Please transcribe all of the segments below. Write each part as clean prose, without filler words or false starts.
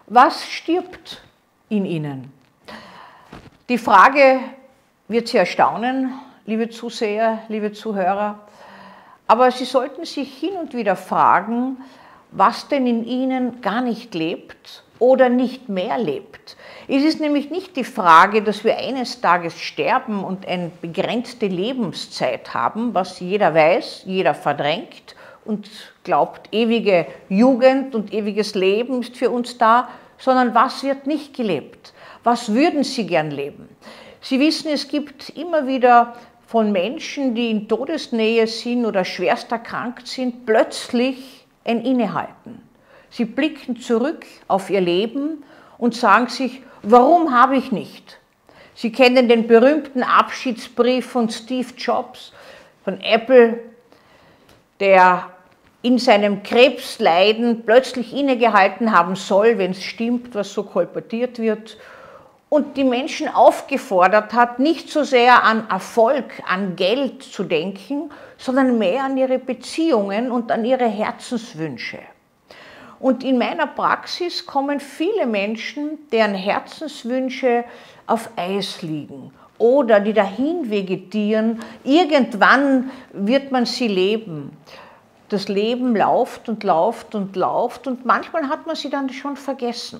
Was stirbt in Ihnen? Die Frage wird Sie erstaunen, liebe Zuseher, liebe Zuhörer, aber Sie sollten sich hin und wieder fragen, was denn in Ihnen gar nicht lebt oder nicht mehr lebt. Es ist nämlich nicht die Frage, dass wir eines Tages sterben und eine begrenzte Lebenszeit haben, was jeder weiß, jeder verdrängt und glaubt, ewige Jugend und ewiges Leben ist für uns da, sondern was wird nicht gelebt? Was würden Sie gern leben? Sie wissen, es gibt immer wieder von Menschen, die in Todesnähe sind oder schwerst erkrankt sind, plötzlich ein Innehalten. Sie blicken zurück auf ihr Leben und sagen sich, warum habe ich nicht? Sie kennen den berühmten Abschiedsbrief von Steve Jobs, von Apple, der in seinem Krebsleiden plötzlich innegehalten haben soll, wenn es stimmt, was so kolportiert wird, und die Menschen aufgefordert hat, nicht so sehr an Erfolg, an Geld zu denken, sondern mehr an ihre Beziehungen und an ihre Herzenswünsche. Und in meiner Praxis kommen viele Menschen, deren Herzenswünsche auf Eis liegen oder die dahin vegetieren. Irgendwann wird man sie leben. Das Leben läuft und läuft und läuft und manchmal hat man sie dann schon vergessen.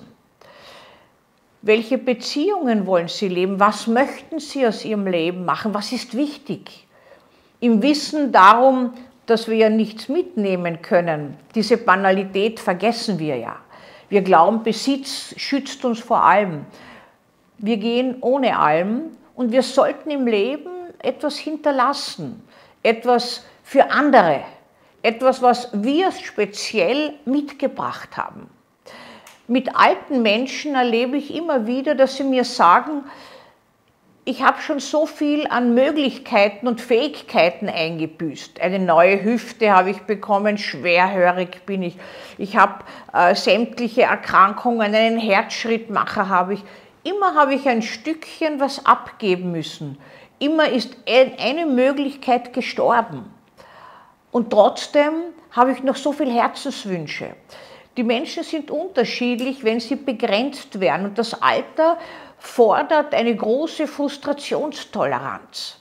Welche Beziehungen wollen Sie leben? Was möchten Sie aus Ihrem Leben machen? Was ist wichtig? Im Wissen darum, dass wir ja nichts mitnehmen können. Diese Banalität vergessen wir ja. Wir glauben, Besitz schützt uns vor allem. Wir gehen ohne allem und wir sollten im Leben etwas hinterlassen, etwas für andere, etwas, was wir speziell mitgebracht haben. Mit alten Menschen erlebe ich immer wieder, dass sie mir sagen, ich habe schon so viel an Möglichkeiten und Fähigkeiten eingebüßt. Eine neue Hüfte habe ich bekommen, schwerhörig bin ich. Ich habe sämtliche Erkrankungen, einen Herzschrittmacher habe ich. Immer habe ich ein Stückchen was abgeben müssen. Immer ist eine Möglichkeit gestorben. Und trotzdem habe ich noch so viele Herzenswünsche. Die Menschen sind unterschiedlich, wenn sie begrenzt werden. Und das Alter fordert eine große Frustrationstoleranz,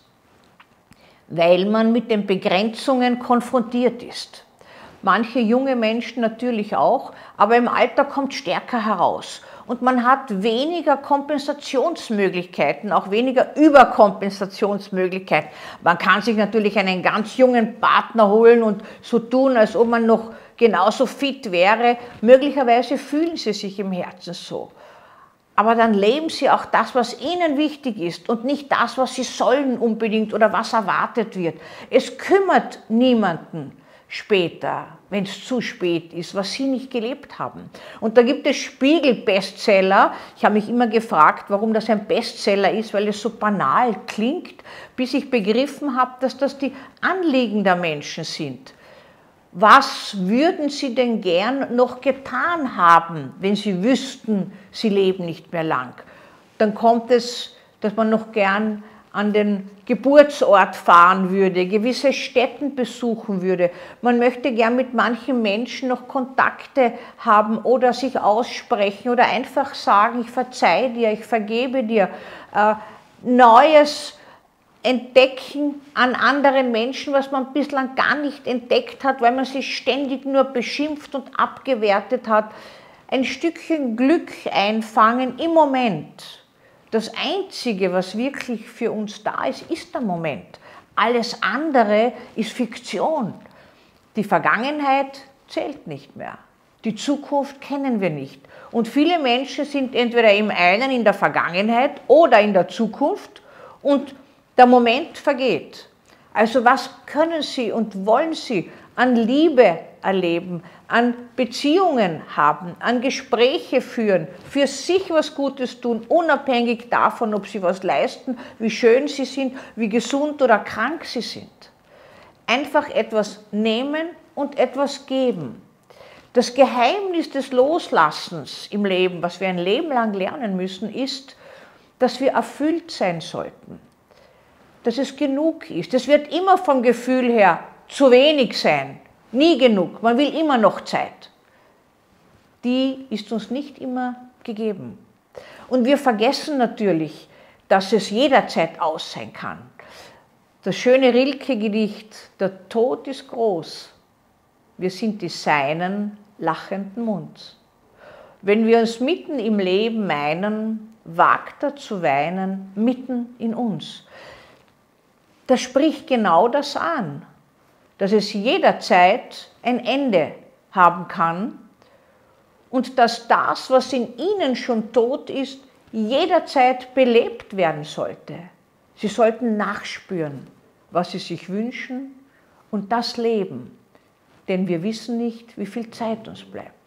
weil man mit den Begrenzungen konfrontiert ist. Manche junge Menschen natürlich auch, aber im Alter kommt stärker heraus. Und man hat weniger Kompensationsmöglichkeiten, auch weniger Überkompensationsmöglichkeiten. Man kann sich natürlich einen ganz jungen Partner holen und so tun, als ob man noch genauso fit wäre. Möglicherweise fühlen sie sich im Herzen so. Aber dann leben sie auch das, was ihnen wichtig ist und nicht das, was sie sollen unbedingt oder was erwartet wird. Es kümmert niemanden später, wenn es zu spät ist, was sie nicht gelebt haben. Und da gibt es Spiegel-Bestseller. Ich habe mich immer gefragt, warum das ein Bestseller ist, weil es so banal klingt, bis ich begriffen habe, dass das die Anliegen der Menschen sind. Was würden Sie denn gern noch getan haben, wenn Sie wüssten, Sie leben nicht mehr lang? Dann kommt es, dass man noch gern an den Geburtsort fahren würde, gewisse Stätten besuchen würde. Man möchte gern mit manchen Menschen noch Kontakte haben oder sich aussprechen oder einfach sagen, ich verzeihe dir, ich vergebe dir. Neues entdecken an anderen Menschen, was man bislang gar nicht entdeckt hat, weil man sie ständig nur beschimpft und abgewertet hat. Ein Stückchen Glück einfangen im Moment. Das Einzige, was wirklich für uns da ist, ist der Moment. Alles andere ist Fiktion. Die Vergangenheit zählt nicht mehr. Die Zukunft kennen wir nicht. Und viele Menschen sind entweder im einen in der Vergangenheit oder in der Zukunft und der Moment vergeht. Also was können Sie und wollen Sie an Liebe erleben, an Beziehungen haben, an Gespräche führen, für sich was Gutes tun, unabhängig davon, ob Sie was leisten, wie schön Sie sind, wie gesund oder krank Sie sind. Einfach etwas nehmen und etwas geben. Das Geheimnis des Loslassens im Leben, was wir ein Leben lang lernen müssen, ist, dass wir erfüllt sein sollten. Dass es genug ist. Es wird immer vom Gefühl her zu wenig sein. Nie genug. Man will immer noch Zeit. die ist uns nicht immer gegeben. Und wir vergessen natürlich, dass es jederzeit aus sein kann. Das schöne Rilke-Gedicht, der Tod ist groß, wir sind die Seinen lachenden Munds. Wenn wir uns mitten im Leben meinen, wagt er zu weinen mitten in uns. Das spricht genau das an, dass es jederzeit ein Ende haben kann und dass das, was in ihnen schon tot ist, jederzeit belebt werden sollte. Sie sollten nachspüren, was sie sich wünschen und das leben, denn wir wissen nicht, wie viel Zeit uns bleibt.